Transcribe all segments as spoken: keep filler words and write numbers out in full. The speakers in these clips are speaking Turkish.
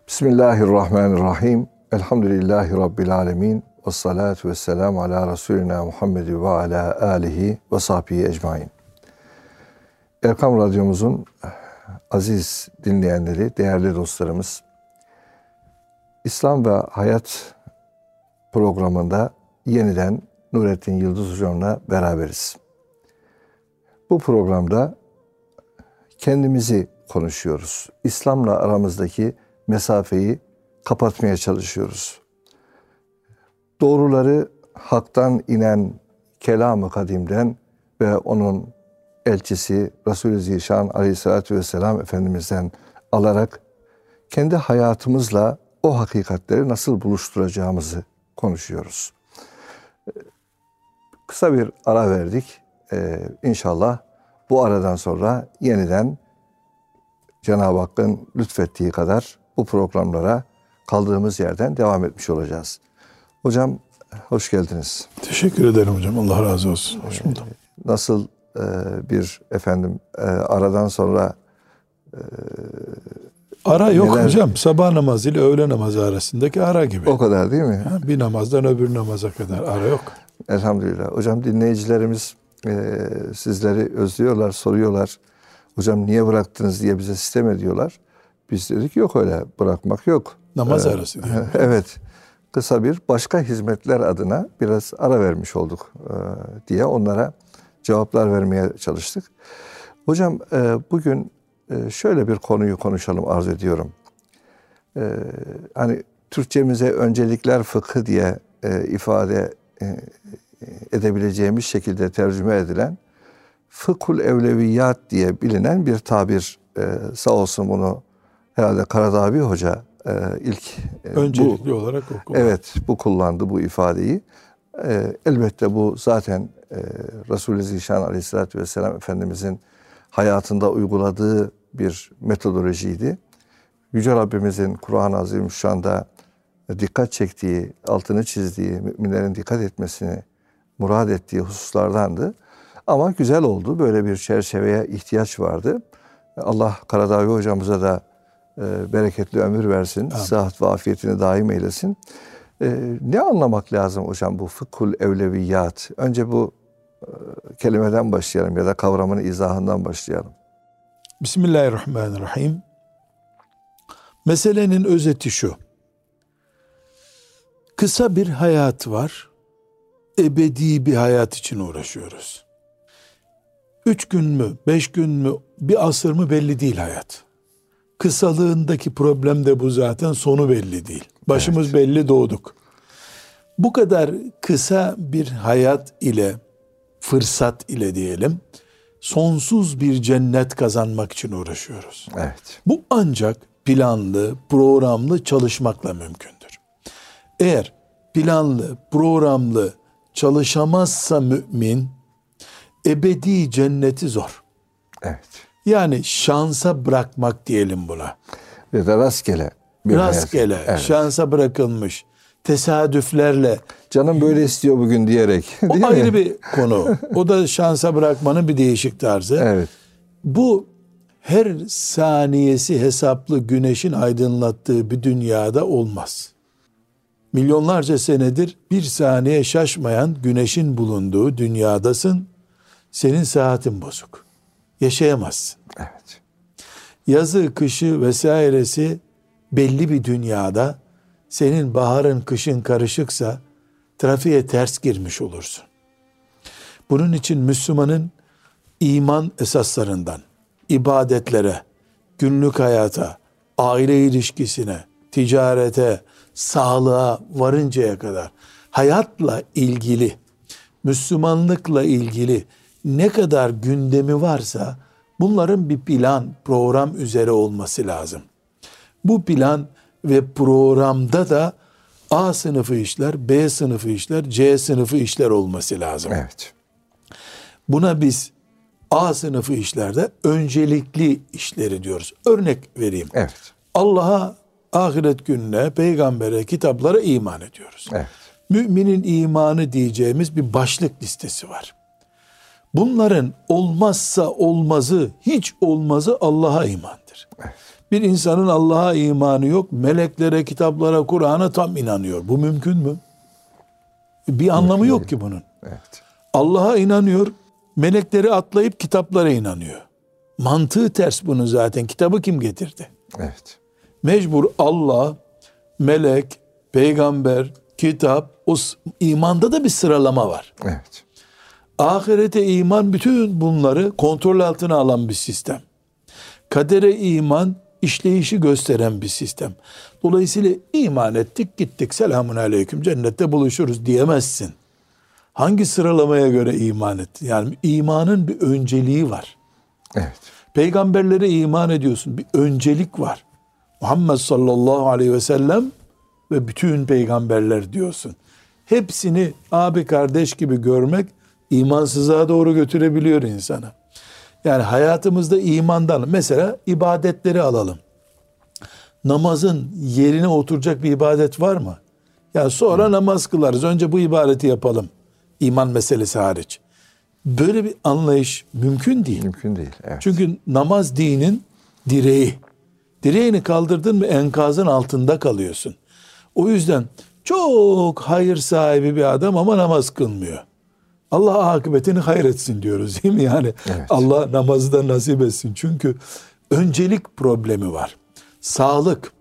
Bismillahirrahmanirrahim. Elhamdülillahi Rabbil alemin. Ve salatu ve selamu ala Resulina Muhammed ve ala alihi ve sahbihi ecmain. Erkam Radyomuzun aziz dinleyenleri, değerli dostlarımız, İslam ve Hayat programında yeniden Nurettin Yıldız Hocam'la beraberiz. Bu programda kendimizi konuşuyoruz. İslam'la aramızdaki mesafeyi kapatmaya çalışıyoruz. Doğruları haktan inen kelam-ı kadimden ve onun elçisi Resulü Zişan Aleyhisselatü Vesselam Efendimiz'den alarak kendi hayatımızla o hakikatleri nasıl buluşturacağımızı konuşuyoruz. Kısa bir ara verdik. Ee, İnşallah bu aradan sonra yeniden Cenab-ı Hakk'ın lütfettiği kadar bu programlara kaldığımız yerden devam etmiş olacağız. Hocam hoş geldiniz. Teşekkür ederim hocam. Allah razı olsun. Hoş buldum. Nasıl e, bir efendim e, aradan sonra e, ara yok neler... hocam. Sabah namazı ile öğle namazı arasındaki ara gibi. O kadar değil mi? Ha, bir namazdan öbür namaza kadar ara yok. Elhamdülillah. Hocam dinleyicilerimiz e, sizleri özlüyorlar, soruyorlar. Hocam niye bıraktınız diye bize sistem ediyorlar. Biz dedik yok öyle bırakmak yok. Namaz ee, arası değil mi? Evet. Kısa bir başka hizmetler adına biraz ara vermiş olduk e, diye onlara cevaplar vermeye çalıştık. Hocam e, bugün e, şöyle bir konuyu konuşalım arz ediyorum. E, hani Türkçemize öncelikler fıkhı diye e, ifade e, edebileceğimiz şekilde tercüme edilen fıkhul evleviyat diye bilinen bir tabir. Ee, sağ olsun bunu herhalde Karadağbi Hoca e, ilk e, öncelikli bu, olarak oku. Evet, bu kullandı bu ifadeyi. E, elbette bu zaten e, Resulü Zişan Aleyhisselatü Vesselam Efendimizin hayatında uyguladığı bir metodolojiydi. Yüce Rabbimizin Kur'an-ı Azimüşşan'da dikkat çektiği, altını çizdiği, müminlerin dikkat etmesini murad ettiği hususlardandı. Ama güzel oldu. Böyle bir çerçeveye ihtiyaç vardı. Allah Karadağbi hocamıza da e, bereketli ömür versin. Amin. Sıhhat ve afiyetini daim eylesin. E, ne anlamak lazım hocam bu fıkhul evleviyat? Önce bu e, kelimeden başlayalım ya da kavramın izahından başlayalım. Bismillahirrahmanirrahim. Meselenin özeti şu. Kısa bir hayat var. Ebedi bir hayat için uğraşıyoruz. Üç gün mü, beş gün mü, bir asır mı belli değil hayat. Kısalığındaki problem de bu zaten, sonu belli değil. Başımız evet. belli, doğduk. Bu kadar kısa bir hayat ile, fırsat ile diyelim, sonsuz bir cennet kazanmak için uğraşıyoruz. Evet. Bu ancak planlı, programlı çalışmakla mümkündür. Eğer planlı, programlı çalışamazsa mümin, ebedi cenneti zor. Evet. Yani şansa bırakmak diyelim buna. Ya da rastgele. Bir rastgele, evet. Şansa bırakılmış, tesadüflerle. Canım böyle istiyor bugün diyerek. O değil ayrı mi? bir konu. O da şansa bırakmanın bir değişik tarzı. Evet. Bu her saniyesi hesaplı güneşin aydınlattığı bir dünyada olmaz. Milyonlarca senedir bir saniye şaşmayan güneşin bulunduğu dünyadasın. Senin saatin bozuk. Yaşayamazsın. Evet. Yazı, kışı vesairesi belli bir dünyada, senin baharın, kışın karışıksa trafiğe ters girmiş olursun. Bunun için Müslümanın iman esaslarından, ibadetlere, günlük hayata, aile ilişkisine, ticarete, sağlığa varıncaya kadar hayatla ilgili, Müslümanlıkla ilgili ne kadar gündemi varsa bunların bir plan, program üzere olması lazım. Bu plan ve programda da A sınıfı işler, B sınıfı işler, C sınıfı işler olması lazım. Evet. Buna biz A sınıfı işlerde öncelikli işleri diyoruz. Örnek vereyim. Evet. Allah'a, ahiret gününe, peygambere, kitaplara iman ediyoruz. Evet. Müminin imanı diyeceğimiz bir başlık listesi var. Bunların olmazsa olmazı, hiç olmazı Allah'a imandır. Evet. Bir insanın Allah'a imanı yok, meleklere, kitaplara, Kur'an'a tam inanıyor. Bu mümkün mü? Bir anlamı Mümkün yok değil. ki bunun. Evet. Allah'a inanıyor, melekleri atlayıp kitaplara inanıyor. Mantığı ters bunun zaten. Kitabı kim getirdi? Evet. Mecbur Allah, melek, peygamber, kitap, o s- imanda da bir sıralama var. Evet. Ahirete iman bütün bunları kontrol altına alan bir sistem. Kadere iman işleyişi gösteren bir sistem. Dolayısıyla iman ettik gittik selamun aleyküm cennette buluşuruz diyemezsin. Hangi sıralamaya göre iman ettin? Yani imanın bir önceliği var. Evet. Peygamberlere iman ediyorsun. Bir öncelik var. Muhammed sallallahu aleyhi ve sellem ve bütün peygamberler diyorsun. Hepsini abi kardeş gibi görmek imansızlığa doğru götürebiliyor insanı. Yani hayatımızda imandan mesela ibadetleri alalım. Namazın yerine oturacak bir ibadet var mı? Yani sonra hmm. namaz kılarız. Önce bu ibadeti yapalım. İman meselesi hariç. Böyle bir anlayış mümkün değil. Mümkün değil. Evet. Çünkü namaz dinin direği. Direğini kaldırdın mı enkazın altında kalıyorsun. O yüzden çok hayır sahibi bir adam ama namaz kılmıyor. Allah akıbetini hayretsin diyoruz değil mi? Yani evet. Allah namazı da nasip etsin. Çünkü öncelik problemi var. Sağlık.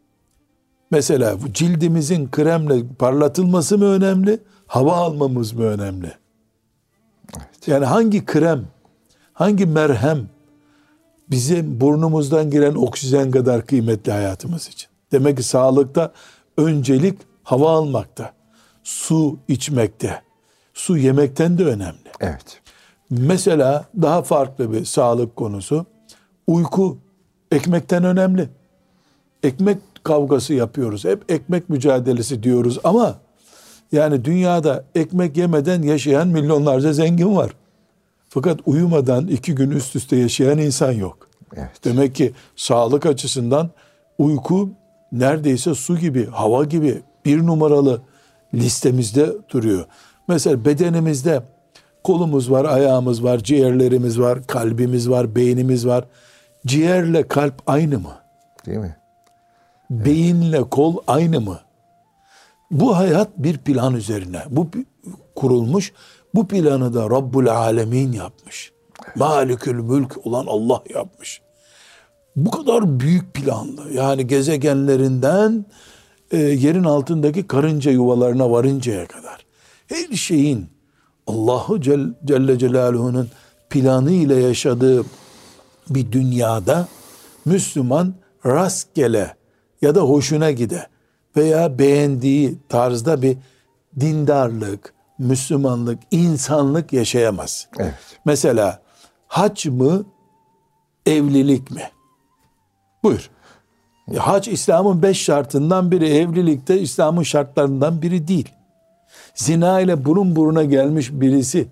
Mesela cildimizin kremle parlatılması mı önemli? Hava almamız mı önemli? Evet. Yani hangi krem, hangi merhem bize burnumuzdan giren oksijen kadar kıymetli hayatımız için? Demek ki sağlıkta öncelik hava almakta, su içmekte, su yemekten de önemli. Evet. Mesela daha farklı bir sağlık konusu, uyku ekmekten önemli. Ekmek kavgası yapıyoruz, hep ekmek mücadelesi diyoruz ama yani dünyada ekmek yemeden yaşayan milyonlarca zengin var. Fakat uyumadan iki gün üst üste yaşayan insan yok. Evet. Demek ki sağlık açısından uyku neredeyse su gibi, hava gibi bir numaralı listemizde duruyor. Mesela bedenimizde kolumuz var, ayağımız var, ciğerlerimiz var, kalbimiz var, beynimiz var. Ciğerle kalp aynı mı? Değil mi? Beyinle kol aynı mı? Bu hayat bir plan üzerine. Bu kurulmuş. Bu planı da Rabbul Alemin yapmış. Malikül Mülk olan Allah yapmış. Bu kadar büyük planlı. Yani gezegenlerinden e, yerin altındaki karınca yuvalarına varıncaya kadar. Her şeyin Allahu Celle, Celle Celaluhu'nun planı ile yaşadığı bir dünyada Müslüman rastgele ya da hoşuna gide veya beğendiği tarzda bir dindarlık, Müslümanlık, insanlık yaşayamaz. Evet. Mesela hac mı, evlilik mi? Buyur. Hac İslam'ın beş şartından biri, evlilikte İslam'ın şartlarından biri değil. Zina ile burun buruna gelmiş birisi.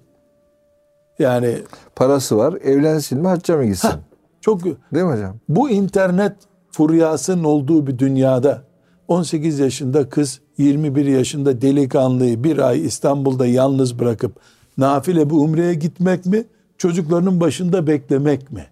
Yani parası var, evlensin mi, hacca mı gitsin? Heh, çok değil mi hocam? Bu internet furyasının olduğu bir dünyada on sekiz yaşında kız yirmi bir yaşında delikanlıyı bir ay İstanbul'da yalnız bırakıp nafile bir umreye gitmek mi? Çocuklarının başında beklemek mi?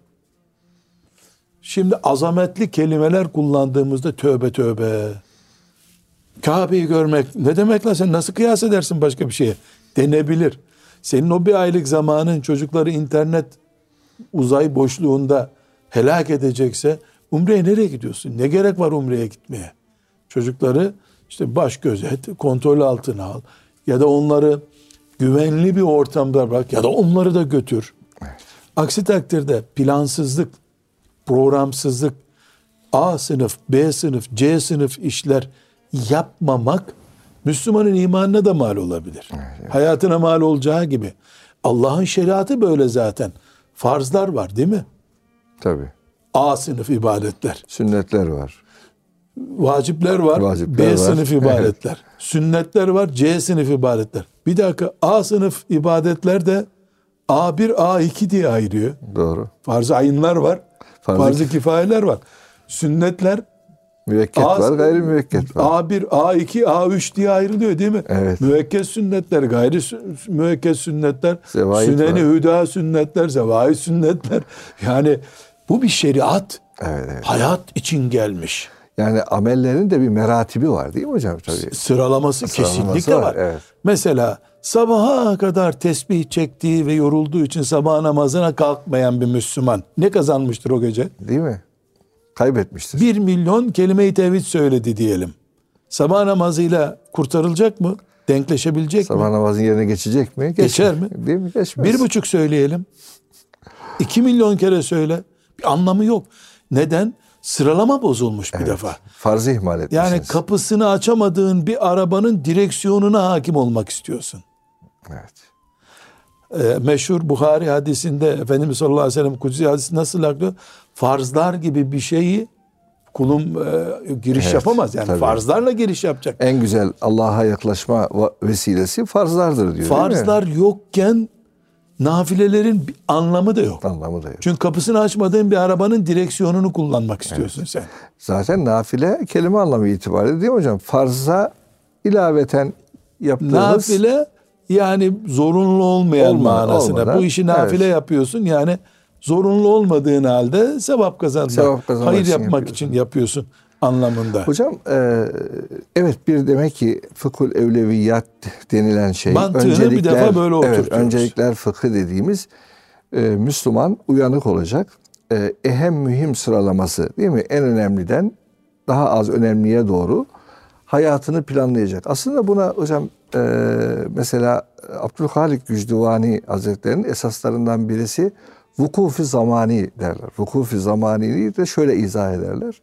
Şimdi azametli kelimeler kullandığımızda tövbe tövbe. Kabe'yi görmek ne demek lan, sen nasıl kıyas edersin başka bir şeye? Denebilir. Senin o bir aylık zamanın çocukları internet uzay boşluğunda helak edecekse umreye nereye gidiyorsun? Ne gerek var umreye gitmeye? Çocukları işte baş gözet, kontrol altına al. Ya da onları güvenli bir ortamda bırak. Ya da onları da götür. Evet. Aksi takdirde plansızlık, programsızlık, A sınıf, B sınıf, C sınıf işler yapmamak Müslümanın imanına da mal olabilir. Evet, evet. Hayatına mal olacağı gibi. Allah'ın şeriatı böyle zaten. Farzlar var değil mi? Tabii. A sınıf ibadetler. Sünnetler var. Vacipler var. Vacipler B var. sınıf ibadetler. Sünnetler var. C sınıf ibadetler. Bir dakika, A sınıf ibadetler de A bir, A iki diye ayırıyor. Doğru. Farz-ı ayınlar var. Farz-ı, Farz-ı kifayeler var. Sünnetler müvekket A, var, gayri müvekket var. A bir, A iki, A üç diye ayrılıyor değil mi? Evet. Müvekket sünnetler, gayri müvekket sünnetler, Zevait süneni var. hüda sünnetler, zevai sünnetler. Yani bu bir şeriat. Evet, evet. Hayat için gelmiş. Yani amellerin de bir meratibi var değil mi hocam? Tabii. Sıralaması, Sıralaması kesinlikle var. var, evet. Mesela sabaha kadar tesbih çektiği ve yorulduğu için sabah namazına kalkmayan bir Müslüman ne kazanmıştır o gece? Değil mi? Kaybetmiştir. Bir milyon kelime-i tevhid söyledi diyelim. Sabah namazıyla kurtarılacak mı? Denkleşebilecek Sabah mi? namazın yerine geçecek mi? Geçer Geçmez. mi? Değil mi? Geçmez. Bir buçuk söyleyelim. İki milyon kere söyle. Bir anlamı yok. Neden? Sıralama bozulmuş bir Evet. defa. Farzı ihmal etmişsiniz. Yani kapısını açamadığın bir arabanın direksiyonuna hakim olmak istiyorsun. Evet. Ee, meşhur Buhari hadisinde Efendimiz sallallahu aleyhi ve sellem kudüs hadisi nasıl aklı? Farzlar gibi bir şeyi kulum e, giriş Evet, yapamaz. Yani tabii. farzlarla giriş yapacak. En güzel Allah'a yaklaşma va- vesilesi farzlardır diyor. değil mi? Farzlar yokken nafilelerin bir anlamı da yok. Anlamı da yok. Çünkü kapısını açmadığın bir arabanın direksiyonunu kullanmak istiyorsun sen. Zaten nafile kelime anlamı itibariyle değil mi hocam? Farza ilaveten yaptığımız Nafile yani zorunlu olmayan Olma- manasına. olmadan, Bu işi nafile evet. yapıyorsun. Yani zorunlu olmadığın halde sevap kazanmak, Sevap kazanmak hayır için yapmak yapıyorsun. için yapıyorsun anlamında. Hocam e, evet bir demek ki fıkhul evleviyat denilen şey. Mantığını bir defa böyle Evet, oturtuyoruz. öncelikler fıkhı dediğimiz e, Müslüman uyanık olacak. E, ehem mühim sıralaması değil mi? En önemliden daha az önemliye doğru hayatını planlayacak. Aslında buna hocam e, mesela Abdülhalik Gücdüvani Hazretleri'nin esaslarından birisi vukufi zamani derler. Vukufi zamaniyi de şöyle izah ederler.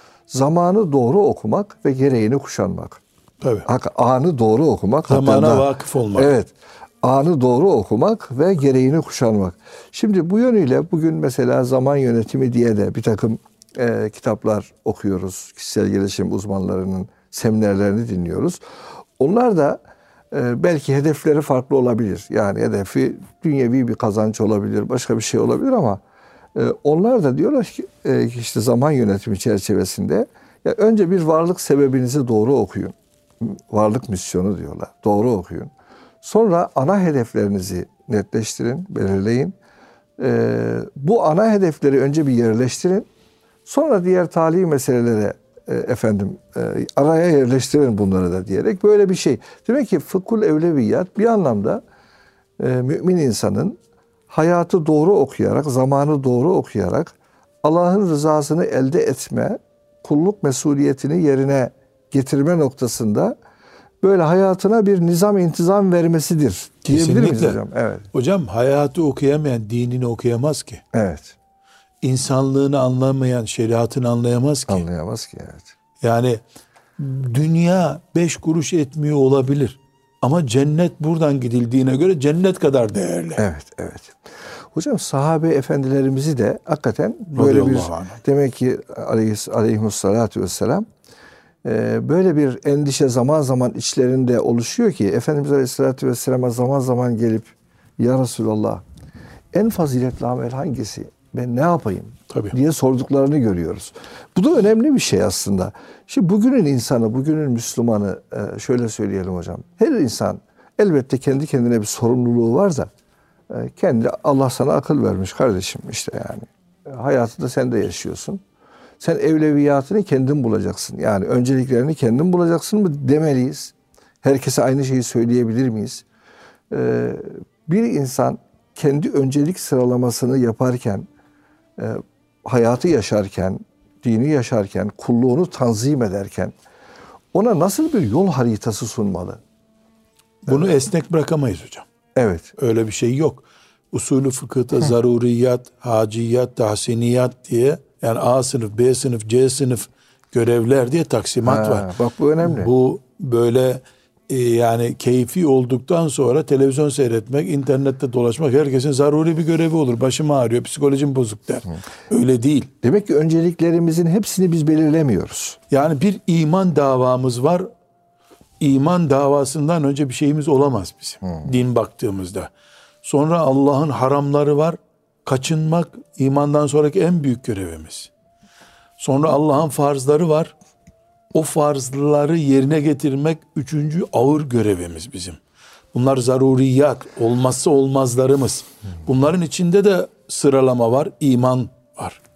Zamanı doğru okumak ve gereğini kuşanmak. Tabii. Anı doğru okumak. Zamana hatta da- vakıf olmak. Evet. Anı doğru okumak ve gereğini kuşanmak. Şimdi bu yönüyle bugün mesela zaman yönetimi diye de bir takım e, kitaplar okuyoruz. Kişisel gelişim uzmanlarının seminerlerini dinliyoruz. Onlar da e, belki hedefleri farklı olabilir. Yani hedefi dünyevi bir kazanç olabilir, başka bir şey olabilir ama e, onlar da diyorlar ki e, işte zaman yönetimi çerçevesinde ya önce bir varlık sebebinizi doğru okuyun. Varlık misyonu diyorlar. Doğru okuyun. Sonra ana hedeflerinizi netleştirin, belirleyin. Ee, bu ana hedefleri önce bir yerleştirin. Sonra diğer tali meselelere e, efendim e, araya yerleştirin bunları da diyerek böyle bir şey. Demek ki fıkhul evleviyat bir anlamda e, mümin insanın hayatı doğru okuyarak, zamanı doğru okuyarak Allah'ın rızasını elde etme, kulluk mesuliyetini yerine getirme noktasında böyle hayatına bir nizam intizam vermesidir. Diyebilir miyiz Kesinlikle. hocam? Evet. Hocam hayatı okuyamayan dinini okuyamaz ki. Evet. İnsanlığını anlamayan şeriatını anlayamaz ki. Anlayamaz ki evet. Yani dünya beş kuruş etmiyor olabilir. Ama cennet buradan gidildiğine göre cennet kadar değerli. Evet, evet. Hocam sahabe efendilerimizi de hakikaten böyle bir Radıyallahu anh. demek ki aleyhissalatu vesselam e, böyle bir endişe zaman zaman içlerinde oluşuyor ki Efendimiz Aleyhisselatü Vesselam'a zaman zaman gelip ya Resulallah en faziletli amel hangisi? Ben ne yapayım? Tabii. diye sorduklarını görüyoruz. Bu da önemli bir şey aslında. Şimdi bugünün insanı, bugünün Müslümanı e, şöyle söyleyelim hocam. Her insan elbette kendi kendine bir sorumluluğu var da e, kendi Allah sana akıl vermiş kardeşim işte yani. E, Hayatı da sen de yaşıyorsun. Sen evleviyatını kendin bulacaksın. Yani önceliklerini kendin bulacaksın mı demeliyiz. Herkese aynı şeyi söyleyebilir miyiz? Ee, bir insan kendi öncelik sıralamasını yaparken, e, hayatı yaşarken, dini yaşarken, kulluğunu tanzim ederken ona nasıl bir yol haritası sunmalı? Bunu esnek bırakamayız hocam. Evet. Öyle bir şey yok. Usulü fıkıhta zaruriyat, haciyat, tahsiniyat diye yani A sınıf, B sınıf, C sınıf görevler diye taksimat Ha, var. bak bu önemli. Bu böyle e, yani keyfi olduktan sonra televizyon seyretmek, internette dolaşmak herkesin zaruri bir görevi olur. Başım ağrıyor, psikolojim bozuk der. Öyle değil. Demek ki önceliklerimizin hepsini biz belirlemiyoruz. Yani bir iman davamız var. İman davasından önce bir şeyimiz olamaz bizim. Din baktığımızda. Sonra Allah'ın haramları var. Kaçınmak imandan sonraki en büyük görevimiz. Sonra Allah'ın farzları var. O farzları yerine getirmek üçüncü ağır görevimiz bizim. Bunlar zaruriyat, olmazsa olmazlarımız. Bunların içinde de sıralama var, iman var.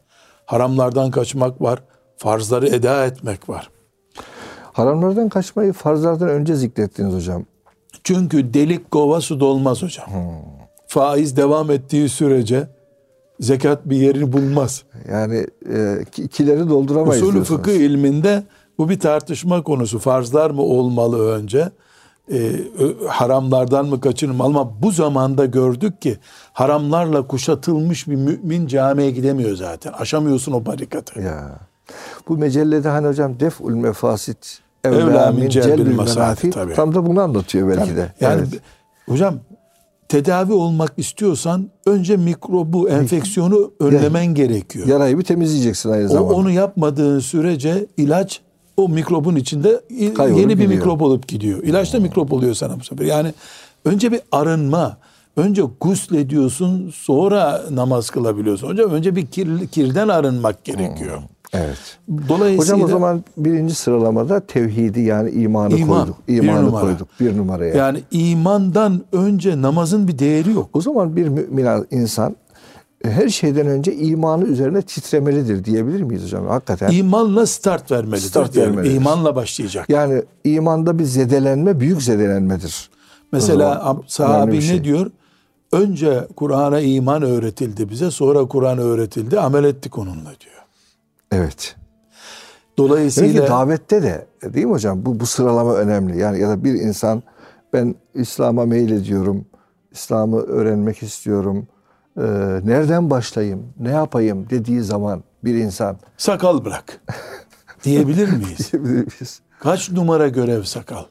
Haramlardan kaçmak var. Farzları eda etmek var. Haramlardan kaçmayı farzlardan önce zikrettiniz hocam. Çünkü delik kova su dolmaz hocam. Hmm. Faiz devam ettiği sürece zekat bir yerini bulmaz. Yani e, ikileri dolduramayız Usulü diyorsunuz. fıkıh ilminde bu bir tartışma konusu. Farzlar mı olmalı önce? E, haramlardan mı kaçınmalı? Ama bu zamanda gördük ki haramlarla kuşatılmış bir mümin camiye gidemiyor zaten. Aşamıyorsun o barikatı. Ya. Bu mecellede hani hocam def'ul mefasit evlâ min celbil mesafi, tam da bunu anlatıyor belki tabii. de. Yani evet. Hocam tedavi olmak istiyorsan önce mikrobu, enfeksiyonu önlemen gerekiyor. Yarayı bir temizleyeceksin aynı zamanda. O, onu yapmadığın sürece ilaç o mikrobun içinde Kaybolup yeni bir gidiyor. mikrop olup gidiyor. İlaç da mikrop oluyor sana bu sefer. Yani önce bir arınma. Önce guslediyorsun, sonra namaz kılabiliyorsun. Hocam önce bir kir, kirden arınmak gerekiyor. Evet. Dolayısıyla hocam o zaman birinci sıralamada tevhidi yani imanı iman, koyduk. İmanı bir koyduk bir numaraya. Yani imandan önce namazın bir değeri yok. O zaman bir mümin insan her şeyden önce imanı üzerine titremelidir diyebilir miyiz hocam? Hakikaten. İmanla start vermelidir. Start vermelidir. İmanla başlayacak. Yani imanda bir zedelenme büyük zedelenmedir. Mesela sahabi şey. ne diyor? Önce Kur'an'a iman öğretildi bize, sonra Kur'an öğretildi, amel ettik onunla diyor. Evet. Dolayısıyla Peki davette de değil mi hocam? Bu bu sıralama önemli. Yani ya da bir insan ben İslam'a meylediyorum, İslam'ı öğrenmek istiyorum. Ee, nereden başlayayım, ne yapayım dediği zaman bir insan sakal bırak diyebilir miyiz? diyebilir miyiz? Kaç numara görev sakal?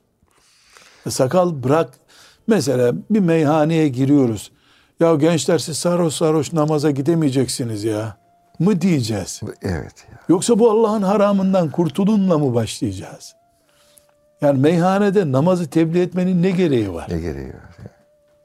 Sakal bırak. Mesela bir meyhaneye giriyoruz. Ya gençler siz sarhoş sarhoş namaza gidemeyeceksiniz ya mı diyeceğiz? Evet. Ya. Yoksa bu Allah'ın haramından kurtulunla mı başlayacağız? Yani meyhanede namazı tebliğ etmenin ne gereği var? Ne gereği var? Ya.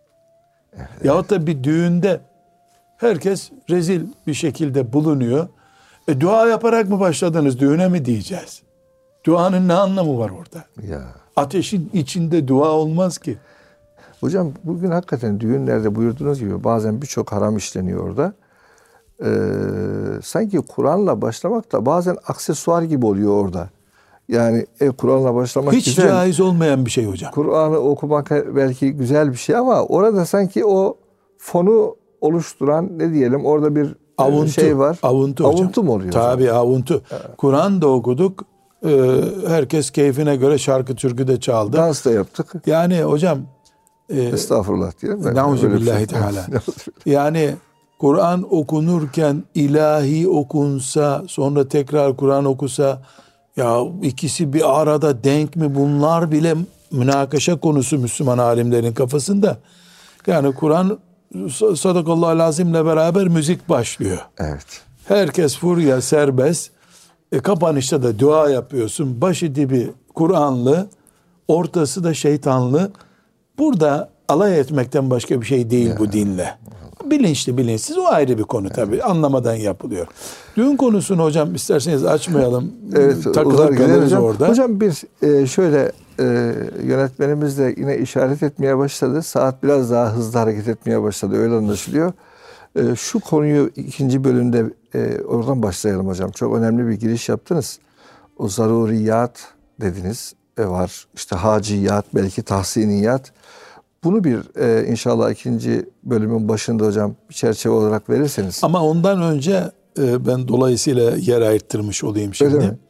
Evet, Yahut da bir düğünde herkes rezil bir şekilde bulunuyor. E, dua yaparak mı başladınız düğüne mi diyeceğiz? Duanın ne anlamı var orada? Ya. Ateşin içinde dua olmaz ki. Hocam bugün hakikaten düğünlerde buyurduğunuz gibi bazen birçok haram işleniyor orada. Ee, sanki Kur'an'la başlamak da bazen aksesuar gibi oluyor orada. Yani e, Kur'an'la başlamak hiç güzel. Hiç caiz olmayan bir şey hocam. Kur'an'ı okumak belki güzel bir şey ama orada sanki o fonu oluşturan ne diyelim orada bir avuntu, şey var. Avuntu, avuntu mu oluyor? Tabii avuntu. Evet. Kur'an da okuduk. Ee, herkes keyfine göre şarkı türkü de çaldı. Dans da yaptık. Yani hocam e, estağfurullah diyelim. Nauzubillahi teala. Yani Kur'an okunurken ilahi okunsa sonra tekrar Kur'an okusa ya ikisi bir arada denk mi bunlar bile münakaşa konusu Müslüman alimlerin kafasında. Yani Kur'an Sadakallahu Azim'le beraber müzik başlıyor. Evet. Herkes furya serbest. E, kapanışta da dua yapıyorsun. Başı dibi Kur'anlı, ortası da şeytanlı. Burada alay etmekten başka bir şey değil ya. Bu dinle. Bilinçli bilinçsiz o ayrı bir konu evet. Tabii. Anlamadan yapılıyor. Düğün konusunu hocam isterseniz açmayalım. Evet. Takılır kalırız hocam. Orada. Hocam bir e, şöyle e, yönetmenimiz de yine işaret etmeye başladı. Saat biraz daha hızlı hareket etmeye başladı. Öyle anlaşılıyor. E, şu konuyu ikinci bölümde e, oradan başlayalım hocam. Çok önemli bir giriş yaptınız. O zaruriyat dediniz e, var. İşte haciyat, belki tahsiniyat. Bunu bir e, inşallah ikinci bölümün başında hocam bir çerçeve olarak verirseniz. Ama ondan önce e, ben dolayısıyla yer ayırttırmış olayım şimdi.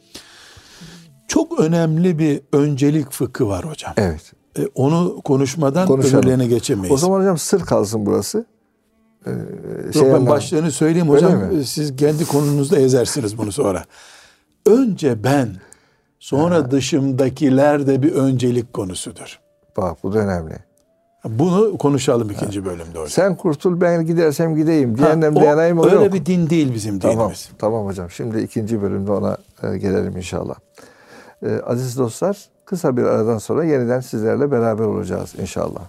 Çok önemli bir öncelik fıkhı var hocam. Evet. E, onu konuşmadan Konuşalım. öbürlerine geçemeyiz. O zaman hocam sır kalsın burası. Ee, şey Yok ben başlığını söyleyeyim hocam. Öyle Siz kendi konunuzda ezersiniz bunu sonra. Önce ben, sonra ha. dışımdakiler de bir öncelik konusudur. Bak bu da önemli. Bunu konuşalım ikinci ha. bölümde hocam. Sen kurtul ben gidersem gideyim. Diyenem dayanayım o öyle yok. Öyle bir din değil bizim tamam, dinimiz. Tamam hocam. Şimdi ikinci bölümde ona e, gelelim inşallah. E, aziz dostlar kısa bir aradan sonra yeniden sizlerle beraber olacağız inşallah.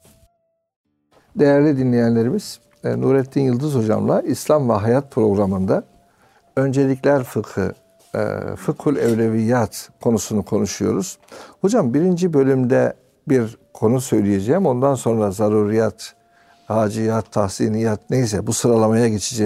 Değerli dinleyenlerimiz, e, Nurettin Yıldız hocamla İslam ve Hayat programında öncelikler fıkhı, e, fıkhul evleviyat konusunu konuşuyoruz. Hocam birinci bölümde bir konu söyleyeceğim. Ondan sonra zaruriyat, haciyat, tahsiniyat neyse bu sıralamaya geçeceğiz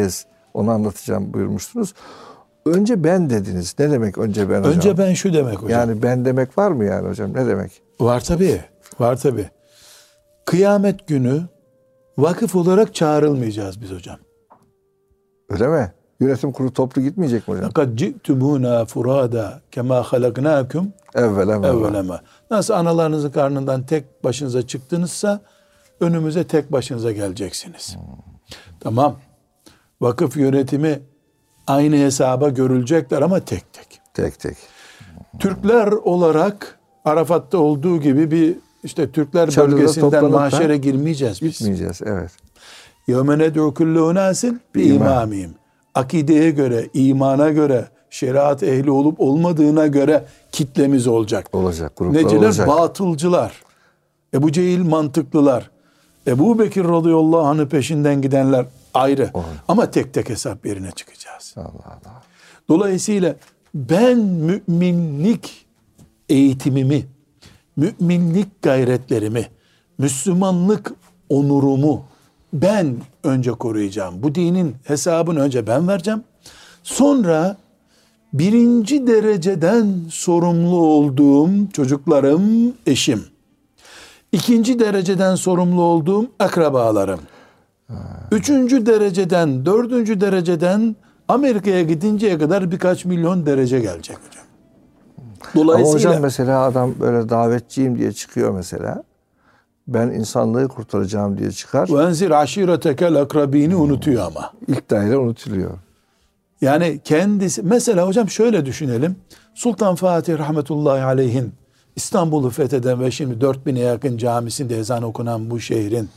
Onu anlatacağım buyurmuştunuz. Önce ben dediniz. Ne demek önce ben hocam? Önce ben şu demek hocam. Yani ben demek var mı yani hocam? Ne demek? Var tabii. Var tabii. Kıyamet günü vakıf olarak çağrılmayacağız biz hocam. Öyle mi? Yönetim kurulu toplu gitmeyecek mi hocam? Fakat ci'tumuna furada kema halaknakum Evvelen evvelema. Nasıl analarınızın karnından tek başınıza çıktınızsa önümüze tek başınıza geleceksiniz. Hmm. Tamam. Vakıf yönetimi aynı hesaba görülecekler ama tek tek. Tek tek. Türkler olarak Arafat'ta olduğu gibi bir işte Türkler Çadırda bölgesinden mahşere girmeyeceğiz biz. Gitmeyeceğiz, evet. يَوْمَ نَدْعُ كُلُّ اُنَاسٍ بِاِمَامِهِمْ Akideye göre, imana göre, şeriat ehli olup olmadığına göre kitlemiz olacak. Olacak, gruplar Neciler? olacak. Batılcılar, Ebu Cehil mantıklılar, Ebu Bekir radıyallahu anh'ı peşinden gidenler ayrı. Olur. Ama tek tek hesap yerine çıkacağız. Allah Allah. Dolayısıyla ben müminlik eğitimimi, müminlik gayretlerimi, Müslümanlık onurumu ben önce koruyacağım. Bu dinin hesabını önce ben vereceğim. Sonra birinci dereceden sorumlu olduğum çocuklarım, eşim. İkinci dereceden sorumlu olduğum akrabalarım. Ha. Üçüncü dereceden, dördüncü dereceden Amerika'ya gidinceye kadar birkaç milyon derece gelecek hocam. Dolayısıyla, ama hocam mesela adam böyle davetçiyim diye çıkıyor mesela. Ben insanlığı kurtaracağım diye çıkar. وَاَنْزِرْ عَشِيرَتَكَ الْاَقْرَب۪ين'i unutuyor ama. İlk daire unutuluyor. Yani kendisi, mesela hocam şöyle düşünelim. Sultan Fatih rahmetullahi aleyhin İstanbul'u fetheden ve şimdi dört bine yakın camisinde ezan okunan bu şehrin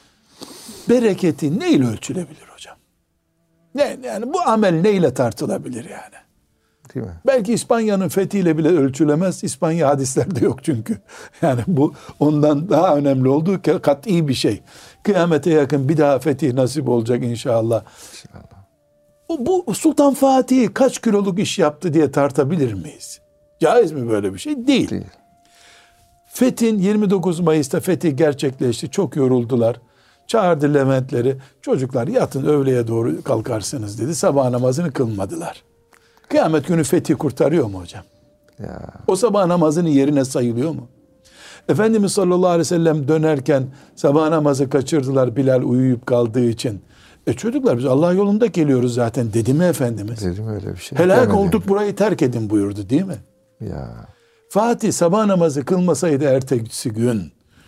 bereketi neyle ölçülebilir hocam? Ne, yani bu amel neyle tartılabilir yani? Değil mi? Belki İspanya'nın fethiyle bile ölçülemez. İspanya hadislerde yok çünkü. Yani bu ondan daha önemli olduğu kat'i bir şey. Kıyamete yakın bir daha fetih nasip olacak inşallah. İnşallah. Bu Sultan Fatih kaç kiloluk iş yaptı diye tartabilir miyiz? Caiz mi böyle bir şey? Değil. Değil. Fethin yirmi dokuz Mayıs'ta fetih gerçekleşti. Çok yoruldular. Çağırdı Leventleri. Çocuklar yatın öğleye doğru kalkarsınız dedi. Sabah namazını kılmadılar. Kıyamet günü fethi kurtarıyor mu hocam? Ya. O sabah namazının yerine sayılıyor mu? Efendimiz sallallahu aleyhi ve sellem dönerken sabah namazı kaçırdılar Bilal uyuyup kaldığı için. E çocuklar biz Allah yolunda geliyoruz zaten dedi mi Efendimiz? Dedi mi öyle bir şey? Helak Demedim. olduk burayı terk edin buyurdu değil mi? Ya. Fatih sabah namazı kılmasaydı ertesi gün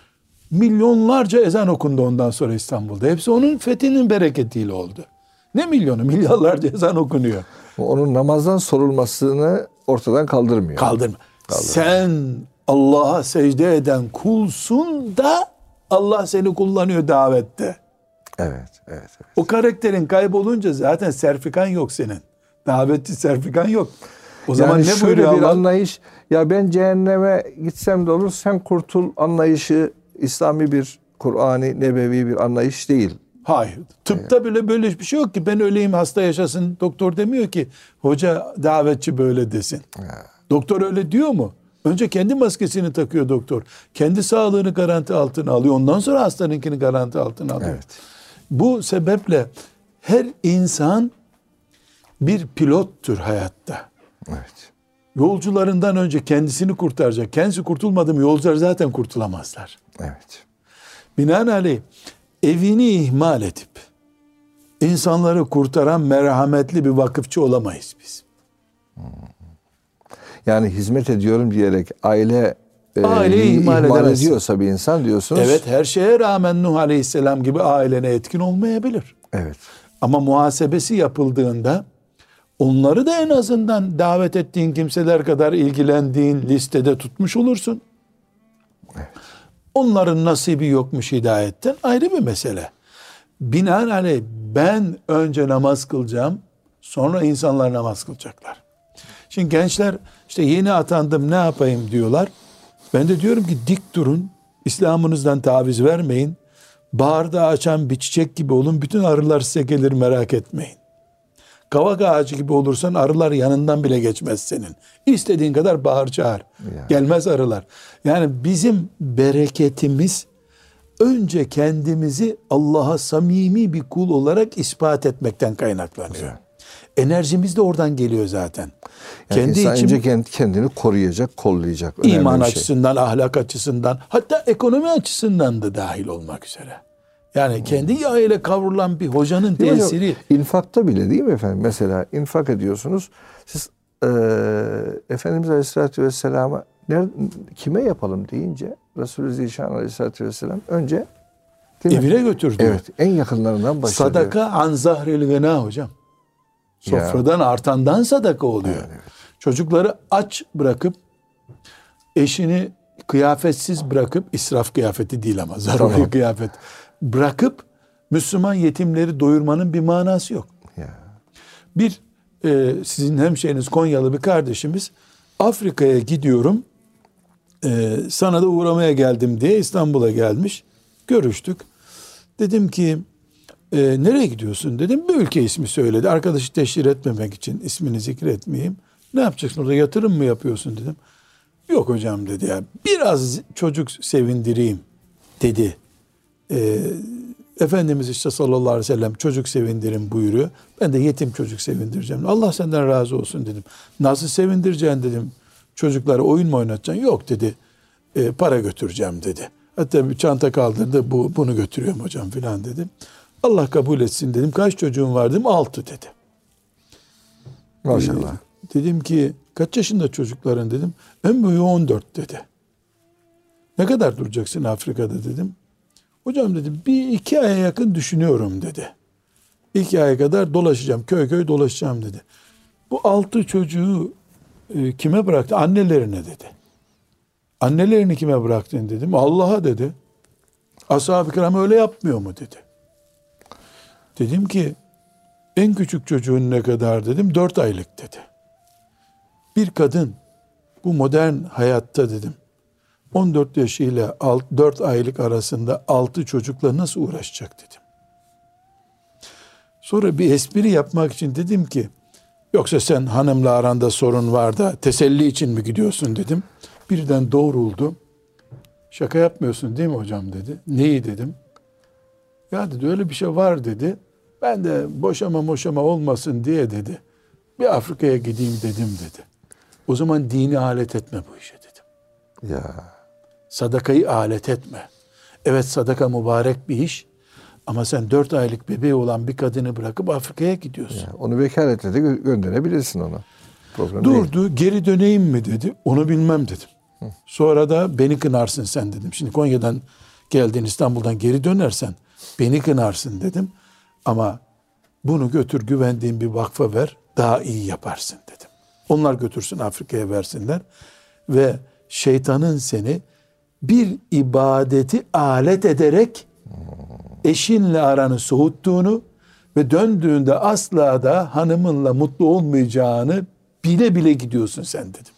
milyonlarca ezan okundu ondan sonra İstanbul'da. Hepsi onun fethinin bereketiyle oldu. Ne milyonu? Milyarlarca ezan okunuyor. Onun namazdan sorulmasını ortadan kaldırmıyor. Kaldırma. Kaldırma. Sen Allah'a secde eden kulsun da Allah seni kullanıyor davette. Evet, evet, evet. O karakterin kaybolunca zaten serfikan yok senin. Davetçi serfikan yok. O zaman yani ne buyuruyor bir Allah? Anlayış, ya ben cehenneme gitsem de olur, sen kurtul anlayışı İslami bir, Kur'ani, nebevi bir anlayış değil. Hayır. Tıpta evet. bile böyle bir şey yok ki. Ben öleyim hasta yaşasın. Doktor demiyor ki hoca davetçi böyle desin. Ya. Doktor öyle diyor mu? Önce kendi maskesini takıyor doktor. Kendi sağlığını garanti altına alıyor. Ondan sonra hastanınkini garanti altına alıyor. Evet. Bu sebeple her insan bir pilottur hayatta. Evet. Yolcularından önce kendisini kurtaracak. Kendisi kurtulmadı mı yolcular zaten kurtulamazlar. Evet. Binaenaleyh evini ihmal edip insanları kurtaran merhametli bir vakıfçı olamayız biz. Yani hizmet ediyorum diyerek aile aileyi e, ihmal, ihmal ediyorsa bir insan diyorsunuz. Evet, her şeye rağmen Nuh Aleyhisselam gibi ailene etkin olmayabilir. Evet. Ama muhasebesi yapıldığında onları da en azından davet ettiğin kimseler kadar ilgilendiğin listede tutmuş olursun. Evet. Onların nasibi yokmuş hidayetten ayrı bir mesele. Binaenaleyh ben önce namaz kılacağım, sonra insanlar namaz kılacaklar. Şimdi gençler işte yeni atandım ne yapayım diyorlar. Ben de diyorum ki dik durun, İslam'ınızdan taviz vermeyin. Baharda açan bir çiçek gibi olun, bütün arılar size gelir merak etmeyin. Kavak ağacı gibi olursan arılar yanından bile geçmez senin. İstediğin kadar bağır çağır. Yani. Gelmez arılar. Yani bizim bereketimiz önce kendimizi Allah'a samimi bir kul olarak ispat etmekten kaynaklanıyor. Evet. Enerjimiz de oradan geliyor zaten. Yani kendi insan için, önce kendini koruyacak, kollayacak. Önemli iman şey. açısından, ahlak açısından, hatta ekonomi açısından da dahil olmak üzere. Yani hmm. kendi yağıyla kavrulan bir hocanın değil tesiri. Hocam, infakta bile değil mi efendim? Mesela infak ediyorsunuz. Siz e, Efendimiz Aleyhisselatü Vesselam'a nerede, kime yapalım deyince Resulü Zişan Aleyhisselatü Vesselam önce evine götürdü. Evet, en yakınlarından başladı. Sadaka an zahril gına hocam. Sofradan ya. Artandan sadaka oluyor. Evet, evet. Çocukları aç bırakıp eşini kıyafetsiz bırakıp, israf kıyafeti değil ama zaruri tamam. kıyafet bırakıp Müslüman yetimleri doyurmanın bir manası yok. Ya. Bir e, sizin hemşehriniz Konyalı bir kardeşimiz, Afrika'ya gidiyorum e, sana da uğramaya geldim diye İstanbul'a gelmiş. Görüştük. Dedim ki e, nereye gidiyorsun dedim. Bir ülke ismi söyledi. Arkadaşı teşhir etmemek için ismini zikretmeyeyim. Ne yapacaksın orada, yatırım mı yapıyorsun dedim. Yok hocam dedi ya, biraz çocuk sevindireyim dedi. Ee, Efendimiz işte sallallahu aleyhi ve sellem çocuk sevindirin buyuruyor. Ben de yetim çocuk sevindireceğim. Allah senden razı olsun dedim. Nasıl sevindireceksin dedim. Çocuklara oyun mu oynatacaksın? Yok dedi. E, para götüreceğim dedi. Hatta bir çanta kaldırdı. Bu, bunu götürüyorum hocam filan dedim. Allah kabul etsin dedim. Kaç çocuğun var dedim. Altı dedi. Maşallah. Ee, dedim ki kaç yaşında çocukların dedim. En büyüğü on dört dedi. Ne kadar duracaksın Afrika'da dedim. Hocam dedim bir iki aya yakın düşünüyorum dedi. İki aya kadar dolaşacağım. Köy köy dolaşacağım dedi. Bu altı çocuğu e, kime bıraktı? Annelerine dedi. Annelerini kime bıraktın dedim. Allah'a dedi. Ashab-ı kiram öyle yapmıyor mu dedi. Dedim ki en küçük çocuğun ne kadar dedim. Dört aylık dedi. Bir kadın bu modern hayatta dedim on dört yaşıyla dört aylık arasında altı çocukla nasıl uğraşacak dedim. Sonra bir espri yapmak için dedim ki yoksa sen hanımla aranda sorun var da teselli için mi gidiyorsun dedim. Birden doğruldu. Şaka yapmıyorsun değil mi hocam dedi. Neyi dedim. Ya dedi öyle bir şey var dedi. Ben de boşama boşama olmasın diye dedi. Bir Afrika'ya gideyim dedim dedi. O zaman dini alet etme bu işe dedim. Ya. Sadakayı alet etme. Evet sadaka mübarek bir iş. Ama sen dört aylık bebeği olan bir kadını bırakıp Afrika'ya gidiyorsun. Ya, onu vekaletle de gö- gönderebilirsin ona. Problem Durdu. Değil. Geri döneyim mi dedi. Onu bilmem dedim. Hı. Sonra da beni kınarsın sen dedim. Şimdi Konya'dan geldin İstanbul'dan geri dönersen beni kınarsın dedim. Ama bunu götür güvendiğin bir vakfa ver. Daha iyi yaparsın dedim. Onlar götürsün Afrika'ya versinler. Ve şeytanın seni bir ibadeti alet ederek eşinle aranı soğuttuğunu ve döndüğünde asla da hanımınla mutlu olmayacağını bile bile gidiyorsun sen dedim.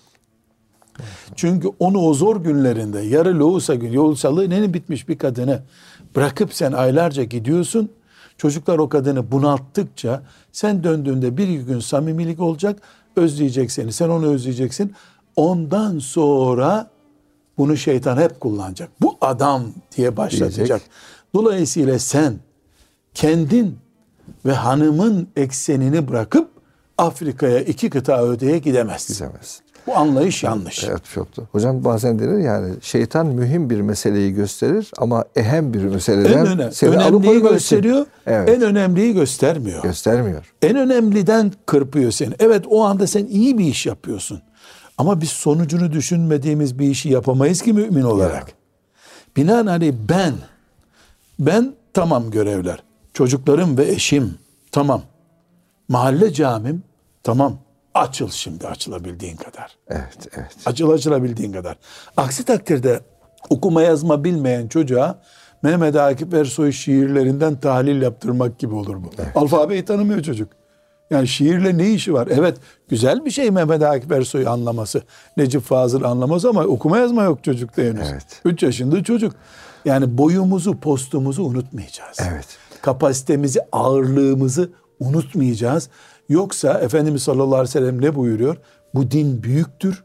Çünkü onu o zor günlerinde yarı lohusa gün yolsalı neni bitmiş bir kadını bırakıp sen aylarca gidiyorsun. Çocuklar o kadını bunalttıkça sen döndüğünde bir gün samimilik olacak, özleyecek seni, sen onu özleyeceksin. Ondan sonra bunu şeytan hep kullanacak. Bu adam diye başlatacak. Diyecek. Dolayısıyla sen kendin ve hanımın eksenini bırakıp Afrika'ya iki kıta öteye gidemezsin. Gidemezsin. Bu anlayış yanlış. Evet çoktu. Hocam bazen denir yani şeytan mühim bir meseleyi gösterir ama ehem bir meseleden en önemli, seni önemliyi gösteriyor. Evet. En önemliyi göstermiyor. Göstermiyor. En önemliden kırpıyor seni. Evet o anda sen iyi bir iş yapıyorsun. Ama biz sonucunu düşünmediğimiz bir işi yapamayız ki mümin olarak. Ya. Binaenaleyh ben, ben tamam görevler. Çocuklarım ve eşim tamam. Mahalle camim tamam. Açıl şimdi açılabildiğin kadar. Evet, evet. Açıl açılabildiğin kadar. Aksi takdirde okuma yazma bilmeyen çocuğa Mehmet Akif Ersoy şiirlerinden tahlil yaptırmak gibi olur bu. Evet. Alfabeyi tanımıyor çocuk. Yani şiirle ne işi var? Evet güzel bir şey Mehmet Akif Ersoy'u anlaması. Necip Fazıl anlaması ama okuma yazma yok çocukta henüz. Evet. üç yaşında çocuk. Yani boyumuzu, postumuzu unutmayacağız. Evet. Kapasitemizi, ağırlığımızı unutmayacağız. Yoksa Efendimiz sallallahu aleyhi ve sellem ne buyuruyor? Bu din büyüktür